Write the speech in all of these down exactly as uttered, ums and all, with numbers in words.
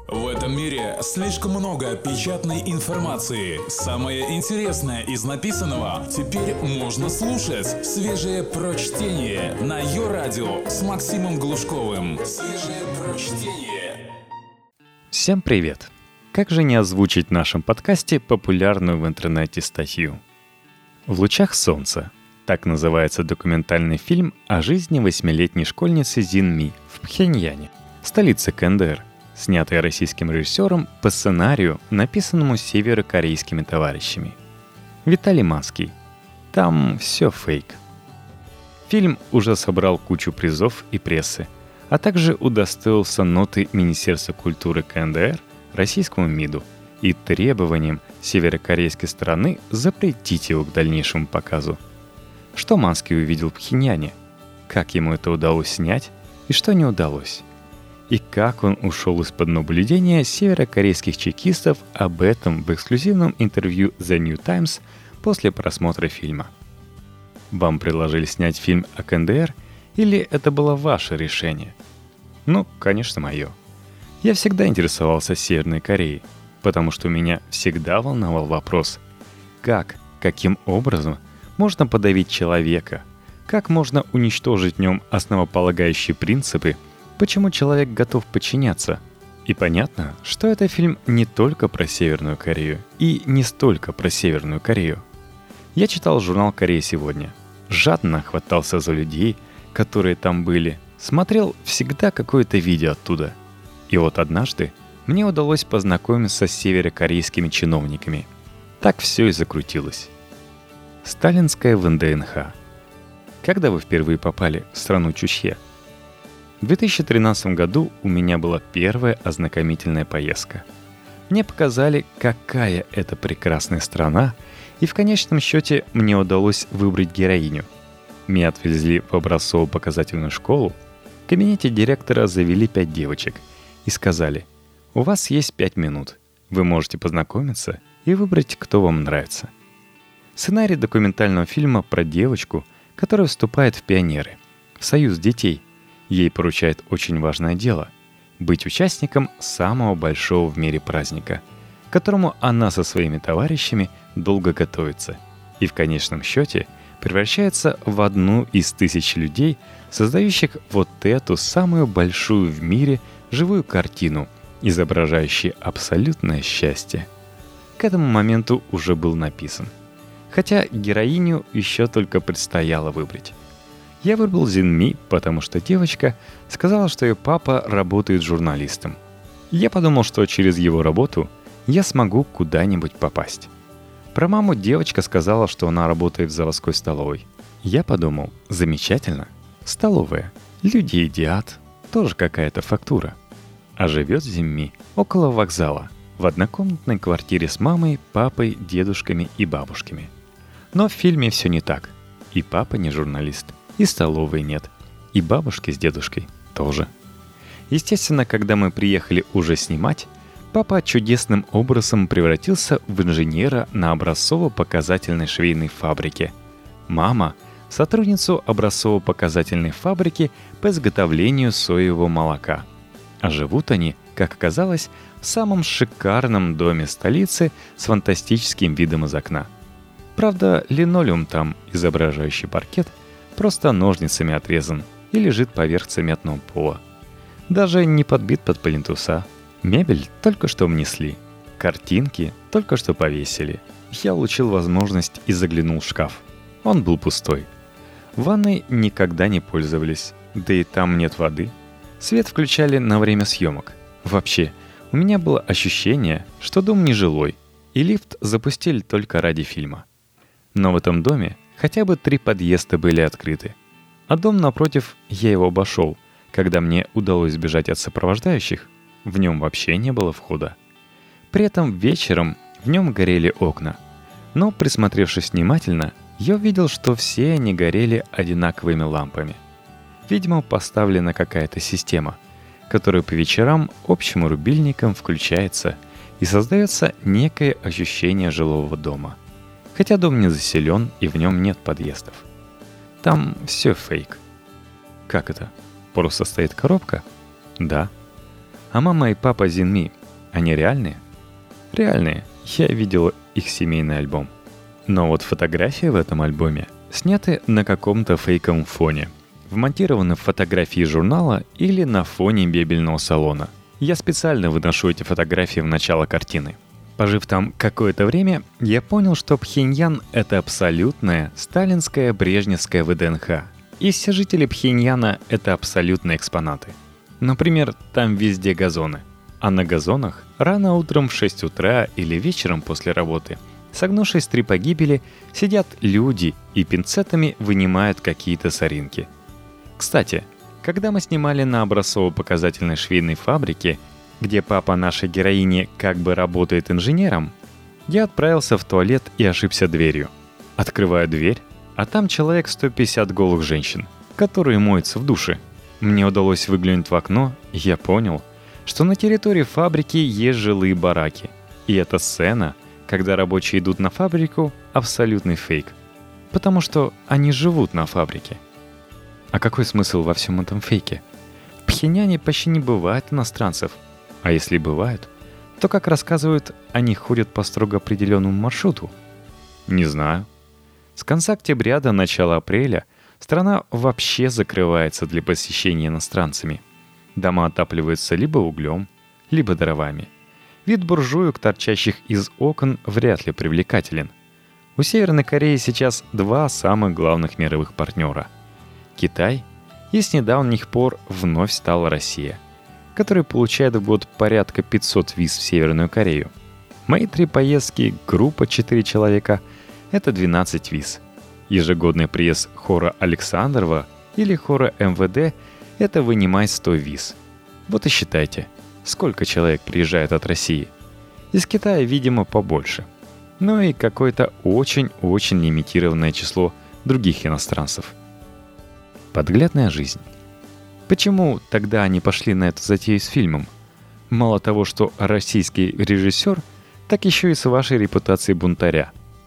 В этом мире слишком много печатной информации. Самое интересное из написанного теперь можно слушать. Свежее прочтение на Ё-радио с Максимом Глушковым. Свежее прочтение. Всем привет! Как же не озвучить в нашем подкасте популярную в интернете статью? «В лучах солнца» — так называется документальный фильм о жизни восьмилетней школьницы Зин Ми в Пхеньяне, столице КНДР, снятый российским режиссером по сценарию, написанному северокорейскими товарищами. Виталий Манский. Там все фейк. Фильм уже собрал кучу призов и прессы, а также удостоился ноты Министерства культуры КНДР российскому МИДу и требованием северокорейской стороны запретить его к дальнейшему показу. Что Манский увидел в Пхеньяне? Как ему это удалось снять и что не удалось? И как он ушел из-под наблюдения северокорейских чекистов, об этом в эксклюзивном интервью The New Times после просмотра фильма. Вам предложили снять фильм о КНДР, или это было ваше решение? Ну, конечно, мое. Я всегда интересовался Северной Кореей, потому что меня всегда волновал вопрос, как, каким образом можно подавить человека, как можно уничтожить в нем основополагающие принципы, почему человек готов подчиняться. И понятно, что это фильм не только про Северную Корею и не столько про Северную Корею. Я читал журнал «Корея сегодня», жадно хватался за людей, которые там были, смотрел всегда какое-то видео оттуда. И вот однажды мне удалось познакомиться с северокорейскими чиновниками. Так все и закрутилось. Сталинская в эн дэ эн ха. Когда вы впервые попали в страну Чучхе? В две тысячи тринадцатом году у меня была первая ознакомительная поездка. Мне показали, какая это прекрасная страна, и в конечном счете мне удалось выбрать героиню. Меня отвезли в образцово-показательную школу. В кабинете директора завели пять девочек и сказали: «У вас есть пять минут. Вы можете познакомиться и выбрать, кто вам нравится». Сценарий документального фильма про девочку, которая вступает в пионеры, в союз детей. Ей поручает очень важное дело — быть участником самого большого в мире праздника, к которому она со своими товарищами долго готовится и в конечном счете превращается в одну из тысяч людей, создающих вот эту самую большую в мире живую картину, изображающую абсолютное счастье. К этому моменту уже был написан. Хотя героиню еще только предстояло выбрать. Я выбрал Зин Ми, потому что девочка сказала, что ее папа работает журналистом. Я подумал, что через его работу я смогу куда-нибудь попасть. Про маму девочка сказала, что она работает в заводской столовой. Я подумал, замечательно. Столовая. Люди едят. Тоже какая-то фактура. А живет Зин Ми около вокзала, в однокомнатной квартире с мамой, папой, дедушками и бабушками. Но в фильме все не так. И папа не журналист. И столовой нет. И бабушки с дедушкой тоже. Естественно, когда мы приехали уже снимать, папа чудесным образом превратился в инженера на образцово-показательной швейной фабрике. Мама — сотрудницу образцово-показательной фабрики по изготовлению соевого молока. А живут они, как оказалось, в самом шикарном доме столицы с фантастическим видом из окна. Правда, линолеум там, изображающий паркет, просто ножницами отрезан и лежит поверх цементного пола. Даже не подбит под плинтуса. Мебель только что внесли. Картинки только что повесили. Я улучил возможность и заглянул в шкаф. Он был пустой. Ванной никогда не пользовались, да и там нет воды. Свет включали на время съемок. Вообще, у меня было ощущение, что дом нежилой, и лифт запустили только ради фильма. Но в этом доме хотя бы три подъезда были открыты. А дом напротив, я его обошел, когда мне удалось сбежать от сопровождающих. В нем вообще не было входа. При этом вечером в нем горели окна. Но, присмотревшись внимательно, я увидел, что все они горели одинаковыми лампами. Видимо, поставлена какая-то система, которая по вечерам общим рубильником включается и создается некое ощущение жилого дома. Хотя дом не заселен и в нем нет подъездов. Там все фейк. Как это? Просто стоит коробка? Да. А мама и папа Зинми, они реальные? Реальные. Я видел их семейный альбом. Но вот фотографии в этом альбоме сняты на каком-то фейковом фоне. Вмонтированы в фотографии журнала или на фоне мебельного салона. Я специально выношу эти фотографии в начало картины. Пожив там какое-то время, я понял, что Пхеньян — это абсолютная сталинская брежневская ВДНХ. И все жители Пхеньяна — это абсолютные экспонаты. Например, там везде газоны. А на газонах рано утром в шесть утра или вечером после работы, согнувшись три погибели, сидят люди и пинцетами вынимают какие-то соринки. Кстати, когда мы снимали на образцово-показательной швейной фабрике, где папа нашей героини как бы работает инженером, я отправился в туалет и ошибся дверью. Открываю дверь, а там человек сто пятьдесят голых женщин, которые моются в душе. Мне удалось выглянуть в окно, и я понял, что на территории фабрики есть жилые бараки. И эта сцена, когда рабочие идут на фабрику, абсолютный фейк. Потому что они живут на фабрике. А какой смысл во всем этом фейке? В Пхеньяне почти не бывает иностранцев. А если бывают, то, как рассказывают, они ходят по строго определенному маршруту. Не знаю. С конца октября до начала апреля страна вообще закрывается для посещения иностранцами. Дома отапливаются либо углем, либо дровами. Вид буржуек, торчащих из окон, вряд ли привлекателен. У Северной Кореи сейчас два самых главных мировых партнера – Китай и с недавних пор вновь стала Россия, которая получает в год порядка пятьсот виз в Северную Корею. Мои три поездки, группа четыре человека – это двенадцать виз. Ежегодный приезд хора Александрова или хора эм вэ дэ – это вынимай сто виз. Вот и считайте, сколько человек приезжает от России. Из Китая, видимо, побольше. Ну и какое-то очень-очень лимитированное число других иностранцев. Подглядная жизнь. Почему тогда они пошли на эту затею с фильмом? Мало того, что российский режиссер, так еще и с вашей репутацией бунтаря.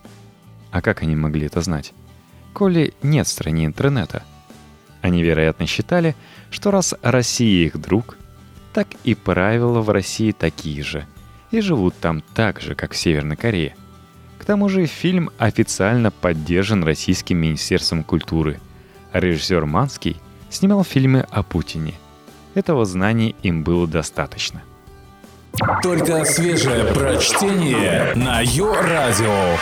А как они могли это знать? Коли нет в стране интернета. Они, вероятно, считали, что раз Россия их друг, так и правила в России такие же, и живут там так же, как в Северной Корее. К тому же фильм официально поддержан Российским Министерством культуры, а режиссер Манский снимал фильмы о Путине. Этого знания им было достаточно. Только свежее прочтение на Йо-Радио.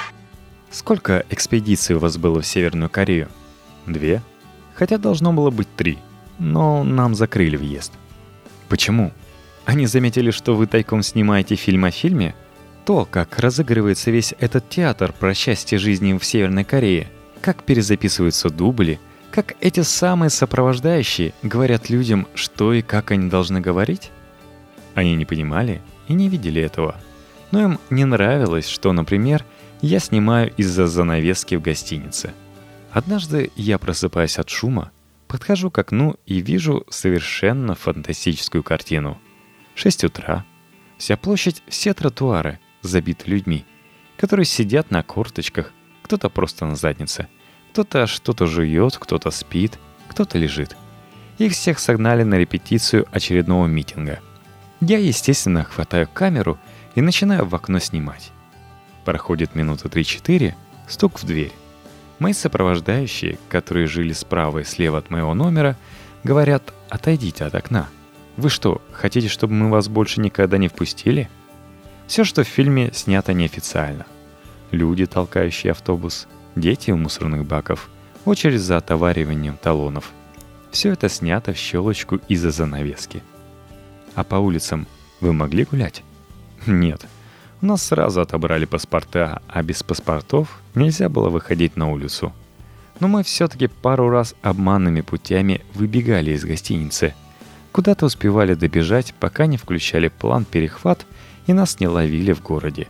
Сколько экспедиций у вас было в Северную Корею? Две? Хотя должно было быть три, но нам закрыли въезд. Почему? Они заметили, что вы тайком снимаете фильм о фильме? То, как разыгрывается весь этот театр про счастье жизни в Северной Корее, как перезаписываются дубли, как эти самые сопровождающие говорят людям, что и как они должны говорить? Они не понимали и не видели этого. Но им не нравилось, что, например, я снимаю из-за занавески в гостинице. Однажды я просыпаюсь от шума, подхожу к окну и вижу совершенно фантастическую картину. Шесть утра. Вся площадь, все тротуары забиты людьми, которые сидят на корточках, кто-то просто на заднице. Кто-то что-то жует, кто-то спит, кто-то лежит. Их всех согнали на репетицию очередного митинга. Я, естественно, хватаю камеру и начинаю в окно снимать. Проходит минута три-четыре, стук в дверь. Мои сопровождающие, которые жили справа и слева от моего номера, говорят: «Отойдите от окна. Вы что, хотите, чтобы мы вас больше никогда не впустили?» Все, что в фильме, снято неофициально. Люди, толкающие автобус, дети у мусорных баков, очередь за отовариванием талонов. Все это снято в щелочку из-за занавески. А по улицам вы могли гулять? Нет. У нас сразу отобрали паспорта, а без паспортов нельзя было выходить на улицу. Но мы все-таки пару раз обманными путями выбегали из гостиницы. Куда-то успевали добежать, пока не включали план перехват и нас не ловили в городе.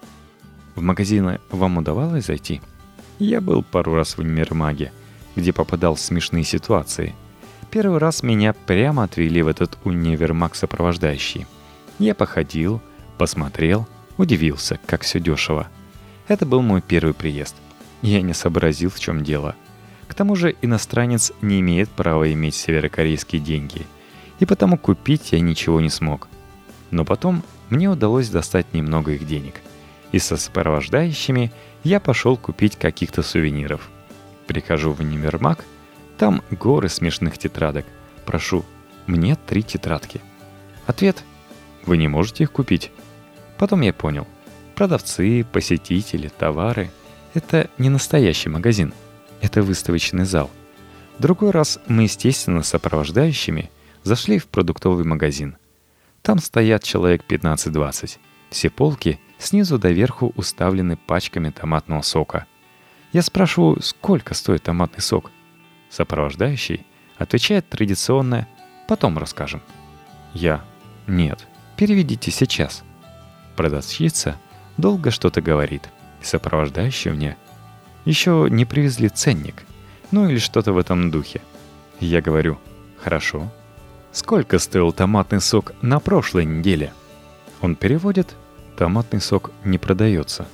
В магазины вам удавалось зайти? Я был пару раз в универмаге, где попадал в смешные ситуации. Первый раз меня прямо отвели в этот универмаг сопровождающий. Я походил, посмотрел, удивился, как все дешево. Это был мой первый приезд. Я не сообразил, в чем дело. К тому же иностранец не имеет права иметь северокорейские деньги. и потому купить я ничего не смог. Но потом мне удалось достать немного их денег, и со сопровождающими я пошел купить каких-то сувениров. Прихожу в универмаг, там горы смешных тетрадок. Прошу, мне три тетрадки. Ответ: вы не можете их купить. Потом я понял. Продавцы, посетители, товары — это не настоящий магазин. Это выставочный зал. В другой раз мы, естественно, с сопровождающими зашли в продуктовый магазин. Там стоят человек пятнадцать-двадцать. Все полки снизу до верху уставлены пачками томатного сока. Я спрашиваю, сколько стоит томатный сок. Сопровождающий отвечает традиционное: потом расскажем. Я: нет, переведите сейчас. Продавщица долго что-то говорит. Сопровождающий мне: еще не привезли ценник. Ну или что-то в этом духе. Я говорю: хорошо. Сколько стоил томатный сок на прошлой неделе? Он переводит: томатный сок не продается.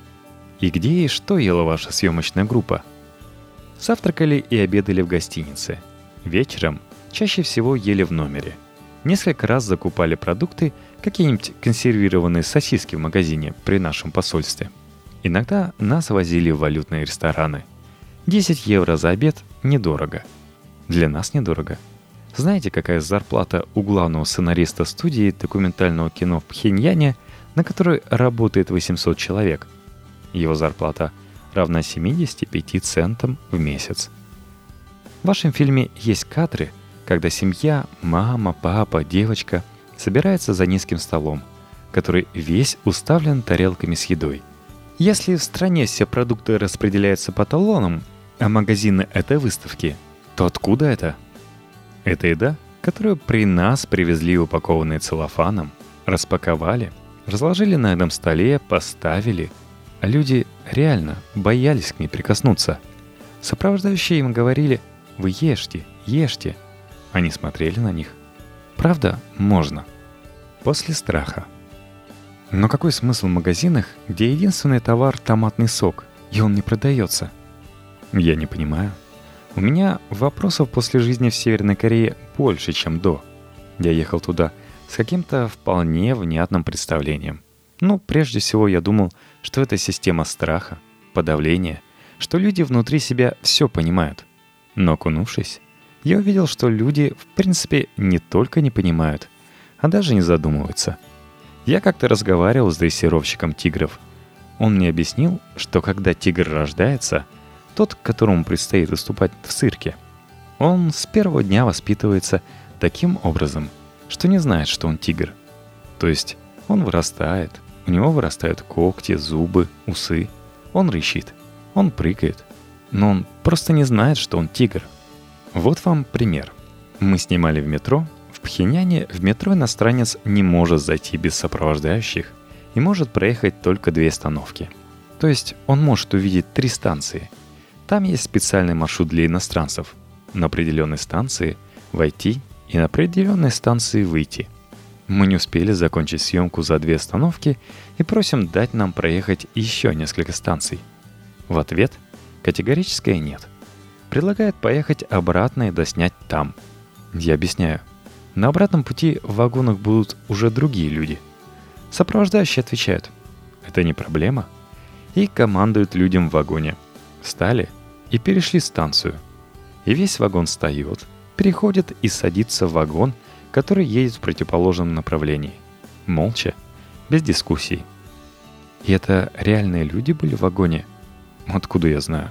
И где и что ела ваша съемочная группа? Завтракали и обедали в гостинице. Вечером чаще всего ели в номере. Несколько раз закупали продукты, какие-нибудь консервированные сосиски в магазине при нашем посольстве. Иногда нас возили в валютные рестораны. десять евро за обед недорого. Для нас недорого. Знаете, какая зарплата у главного сценариста студии документального кино в Пхеньяне, на которой работает восемьсот человек? Его зарплата равна семьдесят пять центам в месяц. В вашем фильме есть кадры, когда семья, мама, папа, девочка собирается за низким столом, который весь уставлен тарелками с едой. Если в стране все продукты распределяются по талонам, а магазины — это выставки, то откуда это? Это еда, которую при нас привезли упакованные целлофаном, распаковали, разложили на этом столе, поставили, а люди реально боялись к ней прикоснуться. Сопровождающие им говорили: вы ешьте, ешьте. Они смотрели на них. Правда, можно. После страха. Но какой смысл в магазинах, где единственный товар — томатный сок, и он не продается? Я не понимаю. У меня вопросов после жизни в Северной Корее больше, чем до. Я ехал туда с каким-то вполне внятным представлением. Ну, прежде всего, я думал, что это система страха, подавления, что люди внутри себя все понимают. Но окунувшись, я увидел, что люди, в принципе, не только не понимают, а даже не задумываются. Я как-то разговаривал с дрессировщиком тигров. Он мне объяснил, что когда тигр рождается, тот, которому предстоит выступать в цирке, он с первого дня воспитывается таким образом, что не знает, что он тигр. То есть он вырастает, у него вырастают когти, зубы, усы, он рычит, он прыгает, но он просто не знает, что он тигр. Вот вам пример. Мы снимали в метро. В Пхеньяне в метро иностранец не может зайти без сопровождающих и может проехать только две остановки. То есть он может увидеть три станции. Там есть специальный маршрут для иностранцев. На определенной станции войти и на определенной станции выйти. Мы не успели закончить съемку за две остановки и просим дать нам проехать еще несколько станций. В ответ категорическое «нет». Предлагает поехать обратно и доснять там. Я объясняю. На обратном пути в вагонах будут уже другие люди. Сопровождающие отвечают: это не проблема. И командуют людям в вагоне. Встали и перешли станцию. И весь вагон встает, переходит и садится в вагон, который едет в противоположном направлении. Молча, без дискуссий. И это реальные люди были в вагоне? Откуда я знаю?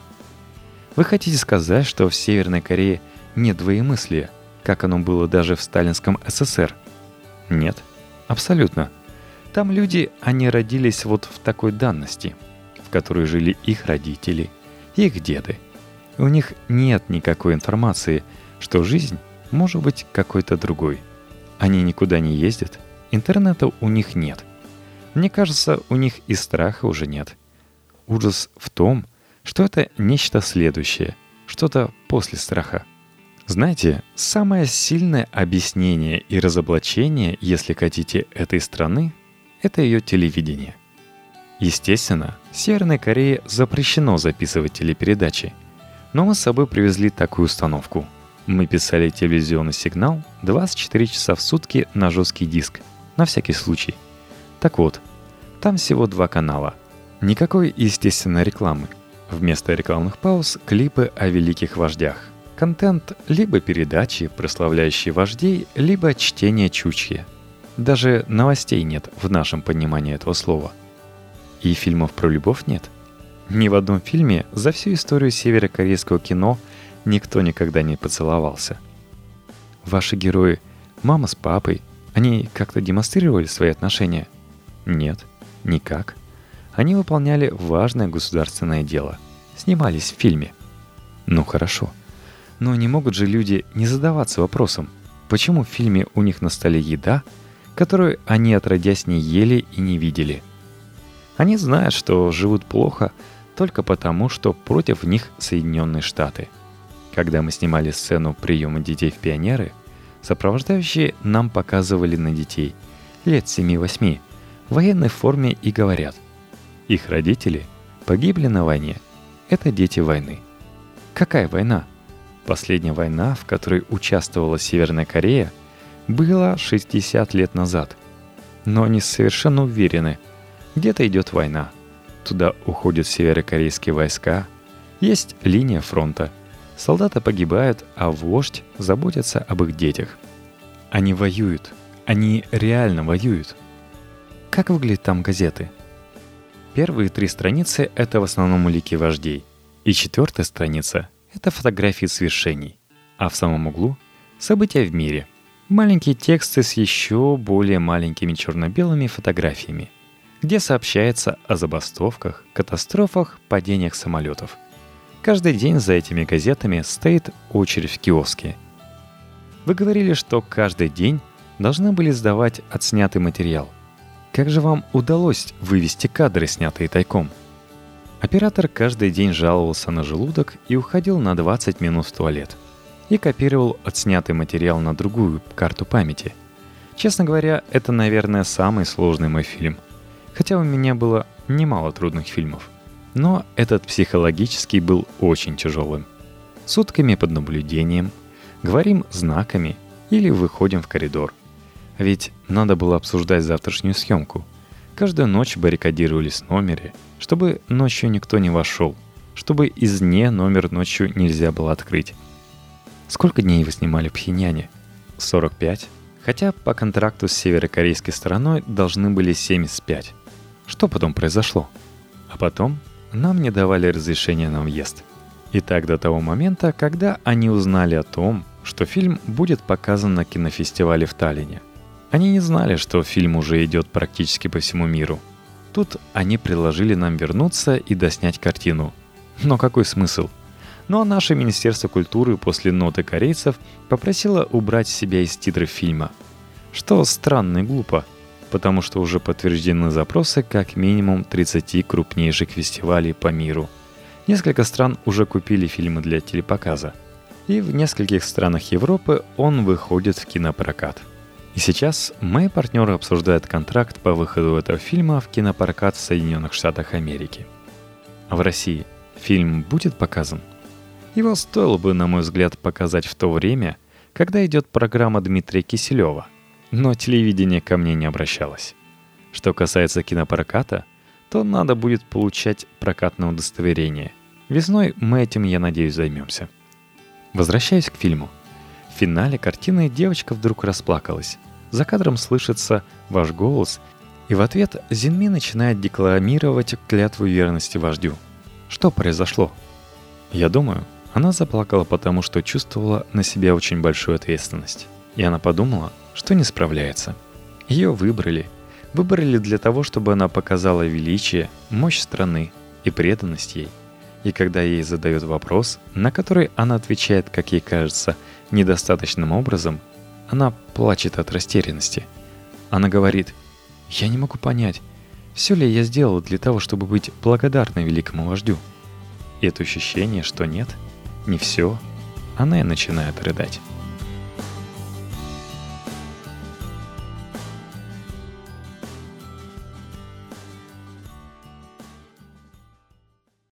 Вы хотите сказать, что в Северной Корее нет двоемыслия, как оно было даже в сталинском СССР? Нет, абсолютно. Там люди, они родились вот в такой данности, в которой жили их родители, их деды. И у них нет никакой информации, что жизнь может быть какой-то другой. Они никуда не ездят, интернета у них нет. Мне кажется, у них и страха уже нет. Ужас в том, что это нечто следующее, что-то после страха. Знаете, самое сильное объяснение и разоблачение, если хотите, этой страны — это ее телевидение. Естественно, в Северной Корее запрещено записывать телепередачи, но мы с собой привезли такую установку. Мы писали телевизионный сигнал двадцать четыре часа в сутки на жесткий диск, на всякий случай. Так вот, там всего два канала. Никакой естественной рекламы. Вместо рекламных пауз — клипы о великих вождях. Контент — либо передачи, прославляющие вождей, либо чтение чучья. Даже новостей нет в нашем понимании этого слова. И фильмов про любовь нет. Ни в одном фильме за всю историю северокорейского кино никто никогда не поцеловался. Ваши герои, мама с папой, они как-то демонстрировали свои отношения? Нет, никак. Они выполняли важное государственное дело. Снимались в фильме. Ну хорошо. Но не могут же люди не задаваться вопросом, почему в фильме у них на столе еда, которую они отродясь не ели и не видели. Они знают, что живут плохо только потому, что против них Соединенные Штаты. Когда мы снимали сцену приема детей в пионеры, сопровождающие нам показывали на детей лет семи-восьми в военной форме и говорят: их родители погибли на войне. Это дети войны. Какая война? Последняя война, в которой участвовала Северная Корея, была шестьдесят лет назад. Но они совершенно уверены, где-то идет война. Туда уходят северокорейские войска. Есть линия фронта. Солдаты погибают, а вождь заботится об их детях. Они воюют. Они реально воюют. Как выглядят там газеты? Первые три страницы — это в основном улики вождей. И четвертая страница — это фотографии свершений. А в самом углу — события в мире. Маленькие тексты с еще более маленькими черно-белыми фотографиями, где сообщается о забастовках, катастрофах, падениях самолетов. Каждый день за этими газетами стоит очередь в киоске. Вы говорили, что каждый день должны были сдавать отснятый материал. Как же вам удалось вывести кадры, снятые тайком? Оператор каждый день жаловался на желудок и уходил на двадцать минут в туалет. И копировал отснятый материал на другую карту памяти. Честно говоря, это, наверное, самый сложный мой фильм. Хотя у меня было немало трудных фильмов. Но этот психологический был очень тяжелым. Сутками под наблюдением, говорим знаками или выходим в коридор. Ведь надо было обсуждать завтрашнюю съемку. Каждую ночь баррикадировались в номере, чтобы ночью никто не вошел, чтобы из дня номер ночью нельзя было открыть. Сколько дней вы снимали в Пхеньяне? сорок пять? Хотя по контракту с северокорейской стороной должны были семьдесят пять. Что потом произошло? А потом нам не давали разрешения на въезд. И так до того момента, когда они узнали о том, что фильм будет показан на кинофестивале в Таллине. Они не знали, что фильм уже идет практически по всему миру. Тут они предложили нам вернуться и доснять картину. Но какой смысл? Ну а наше Министерство культуры после ноты корейцев попросило убрать себя из титров фильма. Что странно и глупо, потому что уже подтверждены запросы как минимум тридцати крупнейших фестивалей по миру. Несколько стран уже купили фильмы для телепоказа. И в нескольких странах Европы он выходит в кинопрокат. И сейчас мои партнеры обсуждают контракт по выходу этого фильма в кинопрокат в Соединенных Штатах Америки. А в России фильм будет показан? Его стоило бы, на мой взгляд, показать в то время, когда идет программа Дмитрия Киселева. Но телевидение ко мне не обращалось. Что касается кинопроката, то надо будет получать прокатное удостоверение. Весной мы этим, я надеюсь, займемся. Возвращаясь к фильму. В финале картины девочка вдруг расплакалась. За кадром слышится ваш голос, и в ответ Зинми начинает декламировать клятву верности вождю. Что произошло? Я думаю, она заплакала потому, что чувствовала на себе очень большую ответственность. И она подумала, что не справляется. Ее выбрали. Выбрали для того, чтобы она показала величие, мощь страны и преданность ей. И когда ей задают вопрос, на который она отвечает, как ей кажется, недостаточным образом, она плачет от растерянности. Она говорит: «Я не могу понять, все ли я сделала для того, чтобы быть благодарной великому вождю». И это ощущение, что нет, не все, она и начинает рыдать.